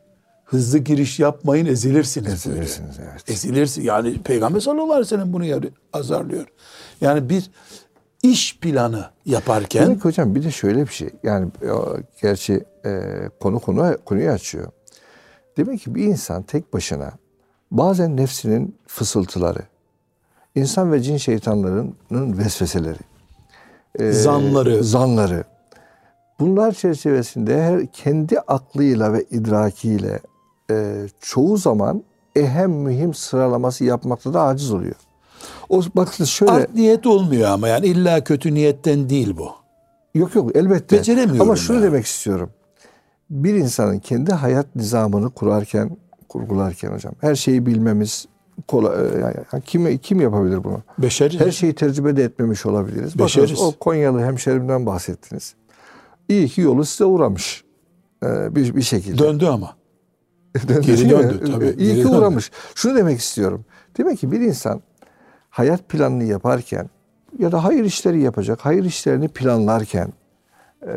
hızlı giriş yapmayın, ezilirsiniz. Ezilirsiniz, evet. Ezilirsin. Yani Peygamber sallallahu aleyhi ve sellem bunu azarlıyor. Yani bir iş planı yaparken. Demek ki hocam bir de şöyle bir şey. Yani gerçi e, konu konu konuyu açıyor. Demek ki bir insan tek başına bazen nefsinin fısıltıları, insan ve cin şeytanlarının vesveseleri, e, zanları, zanları, bunlar çerçevesinde her kendi aklıyla ve idrakiyle e, çoğu zaman ehem mühim sıralaması yapmakta da aciz oluyor. O bakın şöyle, art niyet olmuyor ama yani illa kötü niyetten değil bu. Yok yok elbette. Beceremiyorum ama şunu ya. demek istiyorum. Bir insanın kendi hayat nizamını kurarken, kurgularken hocam her şeyi bilmemiz kolay. Yani kim kim yapabilir bunu? Beşeriz. Her şeyi tecrübe de etmemiş olabiliriz. Beşeriz. Bakın o Konyalı hemşerimden bahsettiniz. İyi ki yolu size uğramış. Ee, bir, bir şekilde. Döndü ama. döndü Geri döndü tabii. İyi Geri ki döndü. uğramış. Şunu demek istiyorum. Demek ki bir insan hayat planını yaparken ya da hayır işleri yapacak, hayır işlerini planlarken e,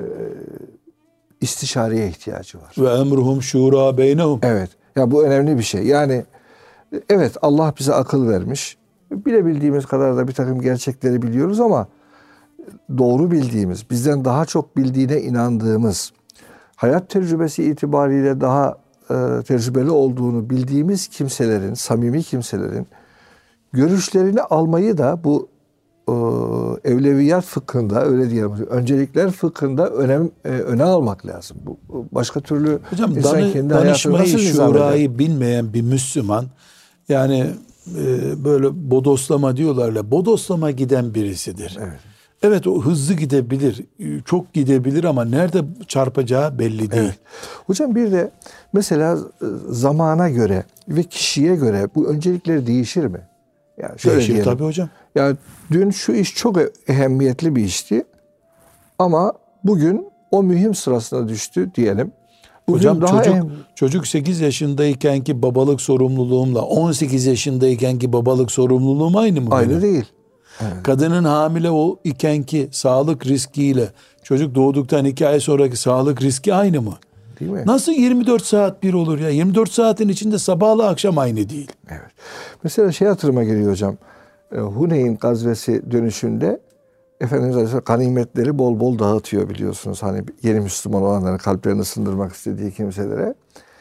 istişareye ihtiyacı var. Ve emruhum şura beynehum. Evet. Ya bu önemli bir şey. Yani evet Allah bize akıl vermiş. Bilebildiğimiz kadar da bir takım gerçekleri biliyoruz ama doğru bildiğimiz, bizden daha çok bildiğine inandığımız, hayat tecrübesi itibariyle daha e, tecrübeli olduğunu bildiğimiz kimselerin, samimi kimselerin görüşlerini almayı da bu e, evleviyat fıkhında, öyle diyelim, öncelikler fıkhında önem e, öne almak lazım. Bu başka türlü hocam, insan danı, kendi hayatını danışmayı, nasıl nizam eder? şurayı bilmeyen bir Müslüman, yani e, böyle bodoslama diyorlar ya, bodoslama giden birisidir. Evet. Evet, o hızlı gidebilir, çok gidebilir ama nerede çarpacağı belli değil. Evet. Hocam bir de mesela zamana göre ve kişiye göre bu öncelikleri değişir mi? Yani şöyle Değişir diyelim. tabii hocam. Yani dün şu iş çok ehemmiyetli bir işti ama bugün o mühim sırasına düştü diyelim. Bugün Hocam daha çocuk ehem... çocuk sekiz yaşındayken ki babalık sorumluluğumla on sekiz yaşındayken ki babalık sorumluluğum aynı mı? aynı benim? değil. Evet. Kadının hamile o iken ki sağlık riskiyle çocuk doğduktan iki ay sonraki sağlık riski aynı mı? Değil mi? Nasıl yirmi dört saat bir olur ya? yirmi dört saatin içinde sabahla akşam aynı değil. Evet. Mesela şey hatırıma geliyor hocam. Huneyn gazvesi dönüşünde Efendimiz Aleyhisselam ganimetleri bol bol dağıtıyor biliyorsunuz. Hani yeni Müslüman olanların kalplerini ısındırmak istediği kimselere.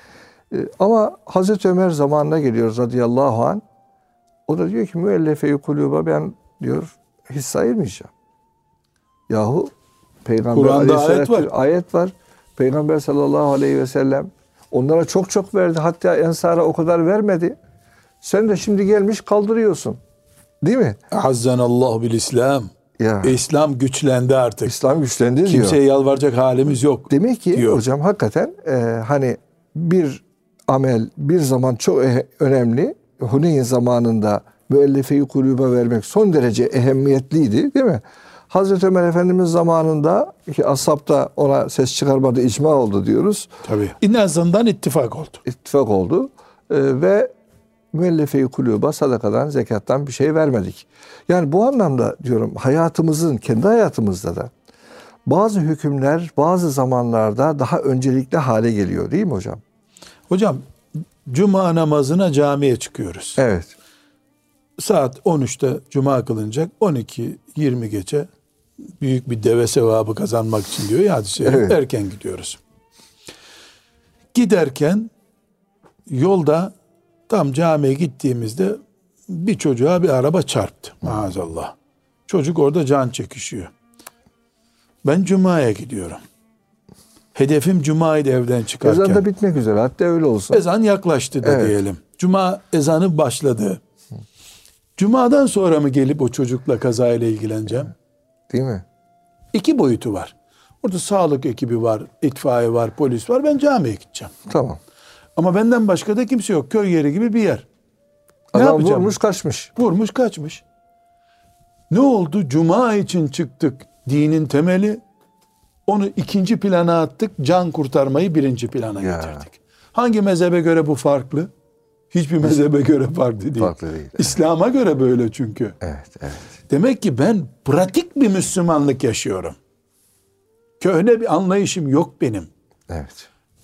Ama Hazreti Ömer zamanına geliyoruz radıyallahu anh. O da diyor ki müellefe-i kuluba ben diyor hisse ayırmayacağım. Yahu Peygamber Kur'an'da ayet var. ayet var. Peygamber sallallahu aleyhi ve sellem onlara çok çok verdi. Hatta Ensar'a o kadar vermedi. Sen de şimdi gelmiş kaldırıyorsun. Değil mi? Azzanallahu bil İslam. Ya. İslam güçlendi artık. İslam güçlendi diyor. Kimseye yalvaracak halimiz yok. Demek ki diyor. hocam hakikaten e, hani bir amel bir zaman çok e- önemli. Huneyn zamanında müellefe-i kulübe vermek son derece ehemmiyetliydi değil mi? Hazreti Ömer Efendimiz zamanında ki ashab da ona ses çıkarmadı, icma oldu diyoruz. Tabii. En azından ittifak oldu. İttifak oldu ee, ve müellefe-i kulübe sadakadan, zekattan bir şey vermedik. Yani bu anlamda diyorum hayatımızın, kendi hayatımızda da bazı hükümler bazı zamanlarda daha öncelikli hale geliyor değil mi hocam? Hocam cuma namazına camiye çıkıyoruz. Evet. Saat on üçte cuma kılınacak. on iki yirmi geçe büyük bir deve sevabı kazanmak için diyor ya hadis-i şerif. Evet. Erken gidiyoruz. Giderken yolda tam camiye gittiğimizde bir çocuğa bir araba çarptı. Maazallah. Çocuk orada can çekişiyor. Ben cumaya gidiyorum. Hedefim cumaydı evden çıkarken. Ezan da bitmek üzere. Hatta öyle olsun. Ezan yaklaştı da Evet. diyelim. Cuma ezanı başladı. Cuma'dan sonra mı gelip o çocukla kazayla ilgileneceğim? Değil mi? İki boyutu var. Orada sağlık ekibi var, itfaiye var, polis var. Ben camiye gideceğim. Tamam. Ama benden başka da kimse yok. Köy yeri gibi bir yer. Ne Adam yapacağım? vurmuş kaçmış. Vurmuş kaçmış. Ne oldu? Cuma için çıktık. Dinin temeli. Onu ikinci plana attık. Can kurtarmayı birinci plana Ya. getirdik. Hangi mezhebe göre bu farklı? Hiçbir mezhebe göre farklı değil. Farklı değil. İslam'a göre böyle çünkü. Evet, evet. Demek ki ben pratik bir Müslümanlık yaşıyorum. Köhne bir anlayışım yok benim. Evet.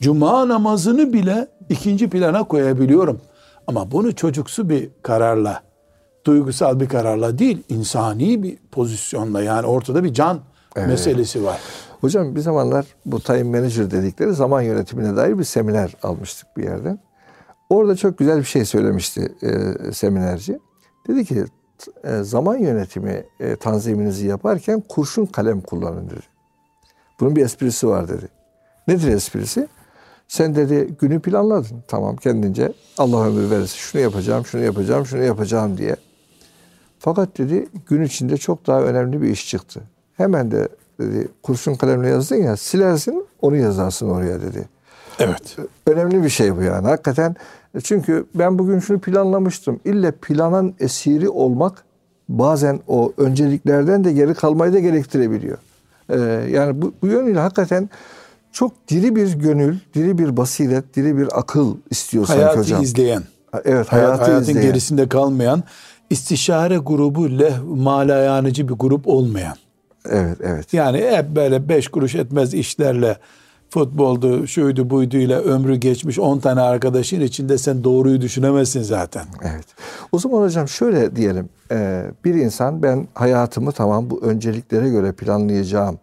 Cuma namazını bile ikinci plana koyabiliyorum. Ama bunu çocuksu bir kararla, duygusal bir kararla değil, insani bir pozisyonla, yani ortada bir can evet. meselesi var. Hocam bir zamanlar bu time manager dedikleri zaman yönetimine dair bir seminer almıştık bir yerden. Orada çok güzel bir şey söylemişti e, seminerci. Dedi ki e, zaman yönetimi e, tanziminizi yaparken kurşun kalem kullanın dedi. Bunun bir esprisi var dedi. Nedir esprisi? Sen dedi günü planladın. Tamam, kendince Allah ömür verirse şunu yapacağım, şunu yapacağım, şunu yapacağım diye. Fakat dedi gün içinde çok daha önemli bir iş çıktı. Hemen de dedi kurşun kalemle yazdın ya, silersin onu yazarsın oraya dedi. Evet. Önemli bir şey bu yani hakikaten. Çünkü ben bugün şunu planlamıştım. İlle planın esiri olmak bazen o önceliklerden de geri kalmayı da gerektirebiliyor. Ee, yani bu, bu yönüyle hakikaten çok diri bir gönül, diri bir basiret, diri bir akıl istiyor sanki hayatı hocam. izleyen. Evet, hayatı hayatın izleyen. gerisinde kalmayan, istişare grubu leh malayanıcı bir grup olmayan. Evet, evet. Yani hep böyle beş kuruş etmez işlerle, futboldu, şuydu buydu ile ömrü geçmiş on tane arkadaşın içinde sen doğruyu düşünemezsin zaten. Evet. O zaman hocam şöyle diyelim. Bir insan ben hayatımı tamam bu önceliklere göre planlayacağım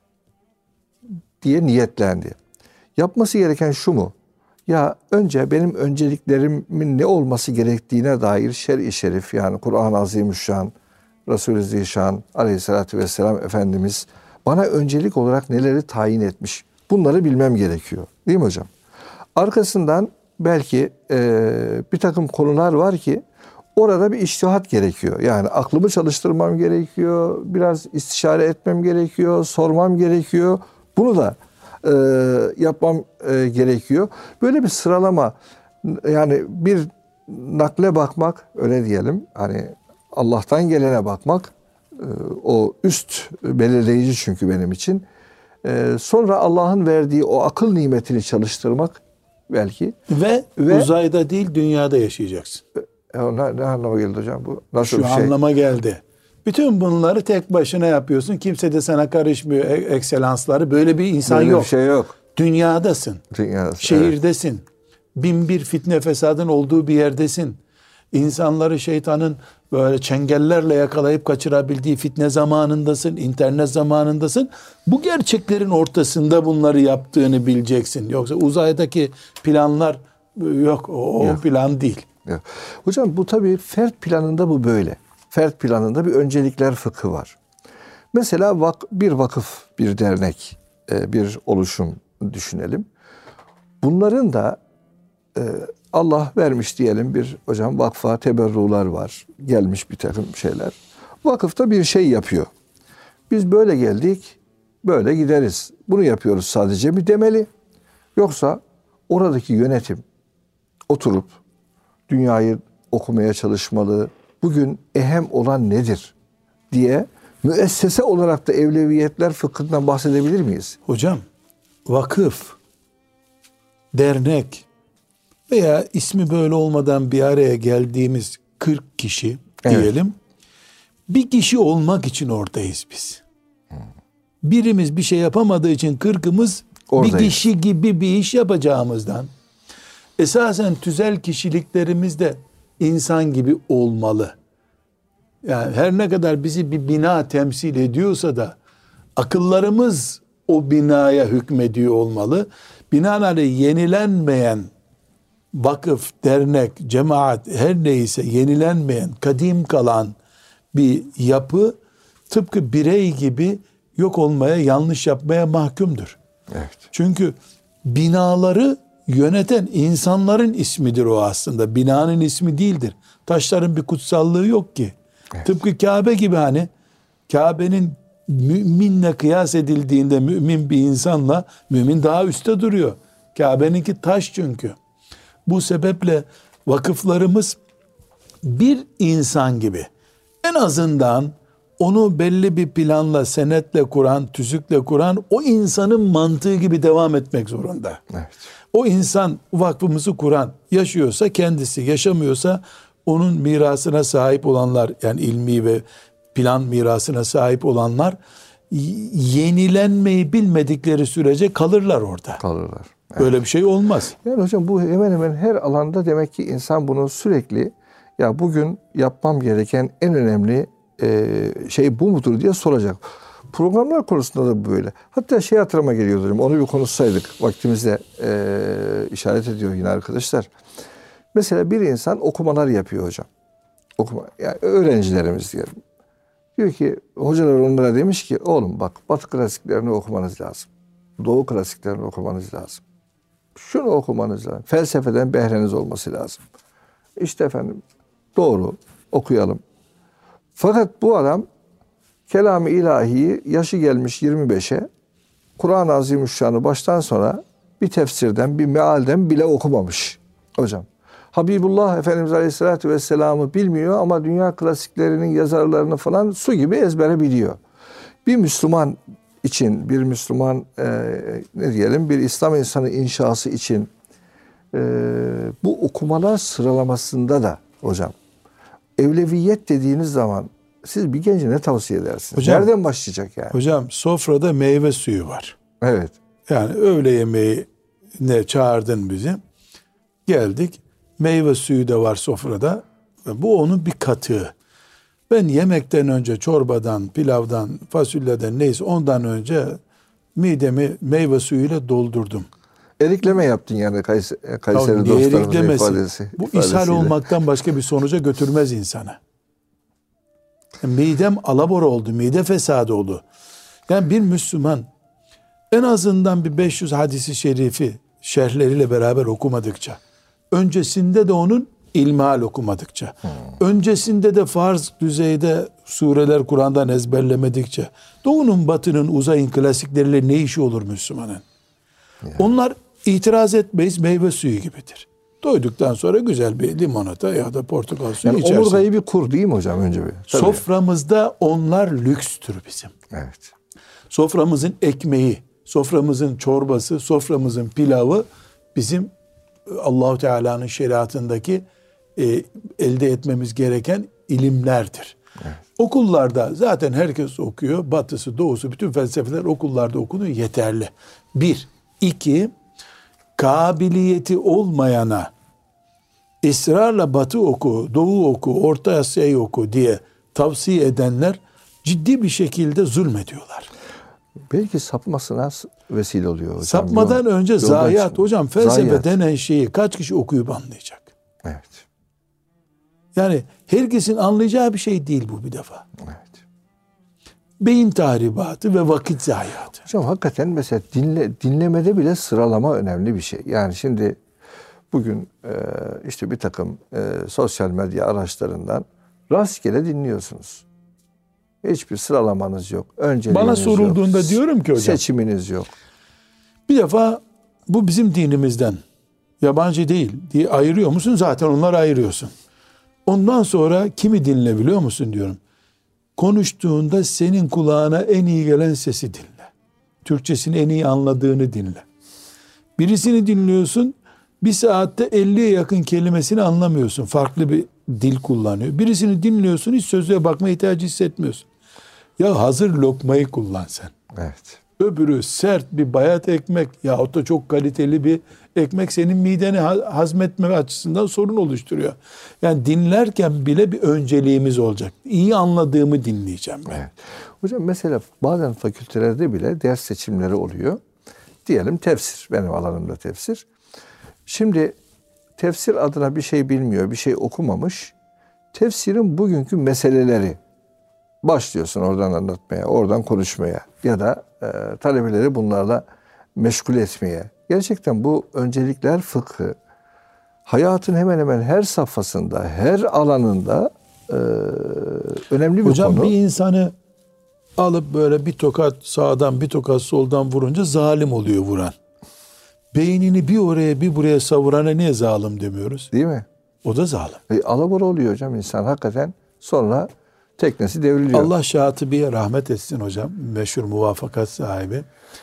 diye niyetlendi. Yapması gereken şu mu? Ya önce benim önceliklerimin ne olması gerektiğine dair şer-i şerif, yani Kur'an-ı Azimüşşan, Resul-i Zişan aleyhissalatü vesselam Efendimiz bana öncelik olarak neleri tayin etmiş? Bunları bilmem gerekiyor. Değil mi hocam? Arkasından belki e, bir takım konular var ki orada bir içtihat gerekiyor. Yani aklımı çalıştırmam gerekiyor. Biraz istişare etmem gerekiyor. Sormam gerekiyor. Bunu da e, yapmam e, gerekiyor. Böyle bir sıralama, yani bir nakle bakmak, öyle diyelim. Hani Allah'tan gelene bakmak, e, o üst belirleyici çünkü benim için. E, sonra Allah'ın verdiği o akıl nimetini çalıştırmak belki. Ve, Ve uzayda değil dünyada yaşayacaksın. E, ne, ne anlama geldi hocam bu? Nasıl Şu bir şey? anlama geldi. Bütün bunları tek başına yapıyorsun. Kimse de sana karışmıyor. Ekselansları. Böyle bir insan Böyle yok. bir şey yok. Dünyadasın. Dünyadasın. Şehirdesin. Evet. Bin bir fitne fesadın olduğu bir yerdesin. İnsanları şeytanın böyle çengellerle yakalayıp kaçırabildiği fitne zamanındasın. İnternet zamanındasın. Bu gerçeklerin ortasında bunları yaptığını bileceksin. Yoksa uzaydaki planlar yok. O, yok. o plan değil. Yok. Hocam bu tabii fert planında bu böyle. Fert planında bir öncelikler fıkhı var. Mesela vak, bir vakıf, bir dernek, bir oluşum düşünelim. Bunların da Allah vermiş diyelim bir hocam vakfa teberrular var. Gelmiş bir takım şeyler. Vakıfta bir şey yapıyor. Biz böyle geldik, böyle gideriz. Bunu yapıyoruz sadece mi demeli? Yoksa oradaki yönetim oturup dünyayı okumaya çalışmalı. Bugün ehem olan nedir diye müessese olarak da evleviyetler fıkhından bahsedebilir miyiz? Hocam vakıf, dernek veya ismi böyle olmadan bir araya geldiğimiz kırk kişi diyelim. Evet. Bir kişi olmak için oradayız biz. Birimiz bir şey yapamadığı için kırkımız oradayız. Bir kişi gibi bir iş yapacağımızdan esasen tüzel kişiliklerimiz de insan gibi olmalı. Yani her ne kadar bizi bir bina temsil ediyorsa da akıllarımız o binaya hükmediyor olmalı. Binaları yenilenmeyen vakıf, dernek, cemaat her neyse yenilenmeyen, kadim kalan bir yapı tıpkı birey gibi yok olmaya, yanlış yapmaya mahkumdur. Evet. Çünkü binaları yöneten insanların ismidir o aslında. Binanın ismi değildir. Taşların bir kutsallığı yok ki. Evet. Tıpkı Kabe gibi, hani Kabe'nin müminle kıyas edildiğinde mümin bir insanla mümin daha üstte duruyor. Kabe'ninki taş çünkü. Bu sebeple vakıflarımız bir insan gibi, en azından onu belli bir planla, senetle kuran, tüzükle kuran o insanın mantığı gibi devam etmek zorunda. Evet. O insan vakfımızı kuran yaşıyorsa kendisi, yaşamıyorsa onun mirasına sahip olanlar, yani ilmi ve plan mirasına sahip olanlar yenilenmeyi bilmedikleri sürece kalırlar orada. Kalırlar. Böyle bir şey olmaz. Yani hocam bu hemen hemen her alanda demek ki insan bunu sürekli ya bugün yapmam gereken en önemli e, şey bu mudur diye soracak. Programlar konusunda da böyle. Hatta şey hatırıma geliyor hocam. Onu bir konuşsaydık. Vaktimizde e, işaret ediyor yine arkadaşlar. Mesela bir insan okumalar yapıyor hocam. Okuma, yani öğrencilerimiz diyelim. Diyor ki hocalar onlara demiş ki oğlum bak Batı klasiklerini okumanız lazım. Doğu klasiklerini okumanız lazım. Şunu okumanız lazım. Felsefeden behreniz olması lazım. İşte efendim doğru okuyalım. Fakat bu adam Kelam-ı İlahi'yi yaşı gelmiş yirmi beşe Kur'an-ı Azimüşşan'ı baştan sona bir tefsirden bir mealden bile okumamış hocam. Habibullah Efendimiz Aleyhisselatü Vesselam'ı bilmiyor ama dünya klasiklerinin yazarlarını falan su gibi ezbere biliyor. Bir Müslüman için, bir Müslüman e, ne diyelim bir İslam insanı inşası için e, bu okumalar sıralamasında da hocam evleviyet dediğiniz zaman siz bir gence ne tavsiye edersiniz? Hocam, nereden başlayacak yani? Hocam sofrada meyve suyu var. Evet. Yani öğle yemeği ne çağırdın bizi. Geldik. Meyve suyu da var sofrada. Bu onun bir katığı. Ben yemekten önce çorbadan, pilavdan, fasulyeden neyse ondan önce midemi meyve suyuyla doldurdum. Erikleme yaptın yani Kayseri, Kayseri dostlarımızın ifadesi. Bu ishal olmaktan başka bir sonuca götürmez insana. Midem alabora oldu, mide fesadı oldu. Yani bir Müslüman en azından bir beş yüz hadisi şerifi şerhleriyle beraber okumadıkça, öncesinde de onun ilmihal okumadıkça, hmm. öncesinde de farz düzeyde sureler Kur'an'dan ezberlemedikçe, doğunun batının uzayın klasikleriyle ne işi olur Müslümanın? Yani. Onlar itiraz etmeyiz, meyve suyu gibidir. Doyduktan sonra güzel bir limonata ya da portakal suyu yani içersin. Omurgayı bir kur değil mi hocam önce bir? Tabii. Soframızda onlar lükstür bizim. Evet. Soframızın ekmeği, soframızın çorbası, soframızın pilavı bizim Allah-u Teala'nın şeriatındaki e, elde etmemiz gereken ilimlerdir. Evet. Okullarda zaten herkes okuyor. Batısı, doğusu, bütün felsefeler okullarda okunuyor. Yeterli. Bir. iki Kabiliyeti olmayana ısrarla Batı oku, Doğu oku, Orta Asya'yı oku diye tavsiye edenler ciddi bir şekilde zulmediyorlar. Belki sapmasına vesile oluyor hocam. Sapmadan Yol, önce zayiat. Için. Hocam felsefe zayiat. Denen şeyi kaç kişi okuyup anlayacak? Evet. Yani herkesin anlayacağı bir şey değil bu bir defa. Evet. Beyin tahribatı ve vakit zayiatı. Hocam hakikaten mesela dinle, dinlemede bile sıralama önemli bir şey. Yani şimdi bugün e, işte bir takım e, sosyal medya araçlarından rastgele dinliyorsunuz. Hiçbir sıralamanız yok. Önceliğiniz Bana sorulduğunda yok. Diyorum ki hocam. Seçiminiz yok. Bir defa bu bizim dinimizden. Yabancı değil diye ayırıyor musun? Zaten onları ayırıyorsun. Ondan sonra kimi dinle biliyor musun diyorum. Konuştuğunda senin kulağına en iyi gelen sesi dinle. Türkçesini en iyi anladığını dinle. Birisini dinliyorsun, bir saatte elliye yakın kelimesini anlamıyorsun. Farklı bir dil kullanıyor. Birisini dinliyorsun, hiç sözlüğe bakma ihtiyacı hissetmiyorsun. Ya hazır lokmayı kullan sen. Evet. Öbürü sert bir bayat ekmek yahut da çok kaliteli bir ekmek senin mideni hazmetme açısından sorun oluşturuyor. Yani dinlerken bile bir önceliğimiz olacak. İyi anladığımı dinleyeceğim ben. Evet. Hocam mesela bazen fakültelerde bile ders seçimleri oluyor. Diyelim tefsir. Benim alanımda tefsir. Şimdi tefsir adına bir şey bilmiyor, bir şey okumamış. Tefsirin bugünkü meseleleri başlıyorsun oradan anlatmaya, oradan konuşmaya ya da e, talebeleri bunlarla meşgul etmeye. Gerçekten bu öncelikler fıkhı hayatın hemen hemen her safhasında, her alanında e, önemli bir Hocam, konu. Hocam bir insanı alıp böyle bir tokat sağdan bir tokat soldan vurunca zalim oluyor vuran. Beynini bir oraya bir buraya savurana niye zalim demiyoruz? Değil mi? O da zalim. E, alabora oluyor hocam insan hakikaten. Sonra teknesi devriliyor. Allah Şatibi'ye rahmet etsin hocam. Meşhur muvafakat sahibi.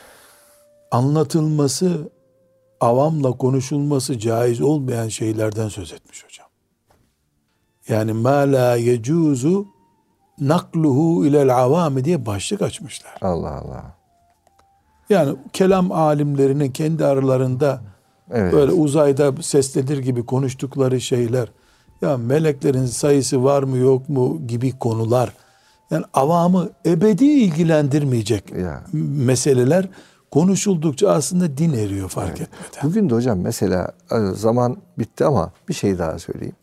Anlatılması, avamla konuşulması caiz olmayan şeylerden söz etmiş hocam. Yani ma la yecuzu nakluhu ilel avami diye başlık açmışlar. Allah Allah. Yani kelam alimlerinin kendi aralarında Evet. böyle uzayda seslenir gibi konuştukları şeyler, ya meleklerin sayısı var mı yok mu gibi konular, yani avamı ebedi ilgilendirmeyecek Ya. meseleler konuşuldukça aslında din eriyor fark Evet. etmeden. Bugün de hocam mesela zaman bitti ama bir şey daha söyleyeyim.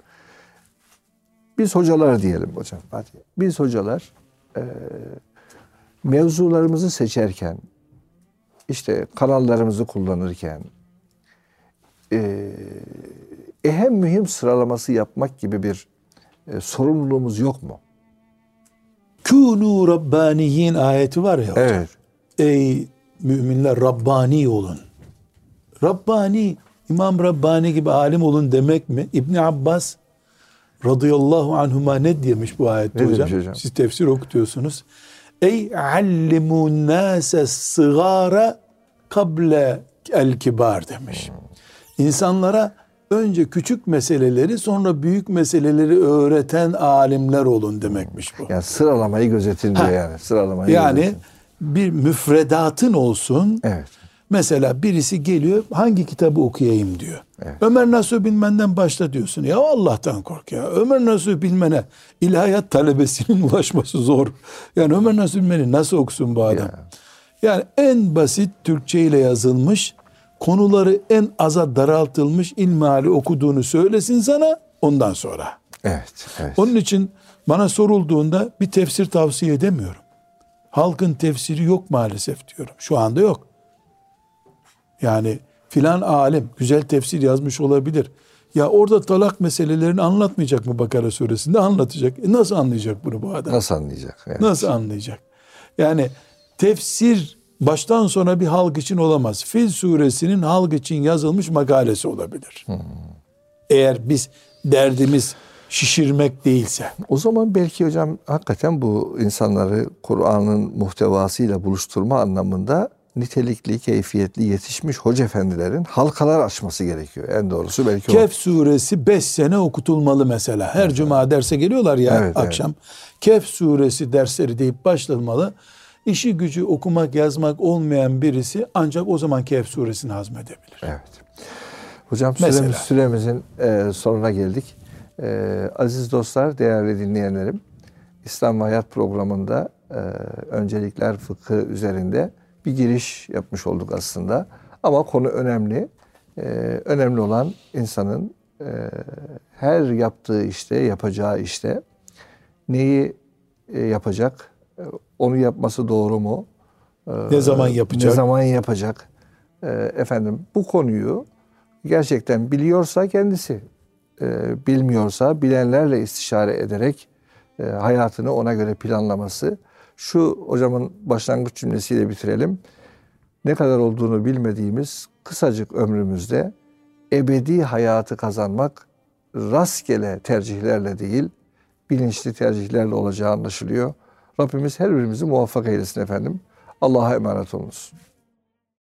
Biz hocalar diyelim hocam. Hadi. Biz hocalar e, mevzularımızı seçerken, işte kanallarımızı kullanırken e, ehem mühim sıralaması yapmak gibi bir e, sorumluluğumuz yok mu? Kûnû Rabbaniyin ayeti var ya hocam. Evet. Ey müminler Rabbani olun. Rabbani, İmam Rabbani gibi alim olun demek mi? İbn Abbas radıyallahu anhuma ne demiş bu ayette Ne hocam? demiş hocam? Siz tefsir okutuyorsunuz. Ey allimun nâse sigâra kable el kibar demiş. İnsanlara önce küçük meseleleri sonra büyük meseleleri öğreten alimler olun demekmiş bu. Yani sıralamayı gözetin diyor Ha. yani. Sıralamayı Yani gözetin. bir müfredatın olsun. Evet. Mesela birisi geliyor, hangi kitabı okuyayım diyor. Evet. Ömer Nasuh Bilmen'den başla diyorsun. Ya Allah'tan kork ya. Ömer Nasuh Bilmen'e ilahiyat talebesinin ulaşması zor. Yani Ömer Nasuh Bilmen'i nasıl okusun bu adam? Ya. Yani en basit Türkçe ile yazılmış, konuları en aza daraltılmış ilmihali okuduğunu söylesin sana ondan sonra. Evet. Evet. Onun için bana sorulduğunda bir tefsir tavsiye edemiyorum. Halkın tefsiri yok maalesef diyorum. Şu anda yok. Yani filan alim güzel tefsir yazmış olabilir. Ya orada talak meselelerini anlatmayacak mı Bakara suresinde? Anlatacak. E nasıl anlayacak bunu bu adam? Nasıl anlayacak? Evet. Nasıl anlayacak? Yani tefsir baştan sona bir halk için olamaz. Fil suresinin halk için yazılmış makalesi olabilir. Hmm. Eğer biz derdimiz şişirmek değilse. O zaman belki hocam hakikaten bu insanları Kur'an'ın muhtevasıyla buluşturma anlamında nitelikli, keyfiyetli yetişmiş hoca efendilerin halkalar açması gerekiyor. En doğrusu belki o. Kehf suresi beş sene okutulmalı mesela. Her cuma derse geliyorlar ya Evet, akşam. Kehf suresi dersleri deyip başlanmalı. İşi gücü okumak yazmak olmayan birisi ancak o zaman Kehf suresini hazmedebilir. Evet. Hocam Mesela. süremiz, süremizin e, sonuna geldik. E, aziz dostlar, değerli dinleyenlerim, İslam ve Hayat programında e, öncelikler fıkhı üzerinde bir giriş yapmış olduk aslında. Ama konu önemli. E, önemli olan insanın e, her yaptığı işte, yapacağı işte neyi e, yapacak, e, onu yapması doğru mu? E, Ne zaman yapacak? Ne zaman yapacak? E, efendim bu konuyu gerçekten biliyorsa kendisi, e, bilmiyorsa bilenlerle istişare ederek e, hayatını ona göre planlaması. Şu hocamın başlangıç cümlesiyle bitirelim. Ne kadar olduğunu bilmediğimiz kısacık ömrümüzde ebedi hayatı kazanmak rastgele tercihlerle değil, bilinçli tercihlerle olacağı anlaşılıyor. Rabbimiz her birimizi muvaffak eylesin efendim. Allah'a emanet olunuz.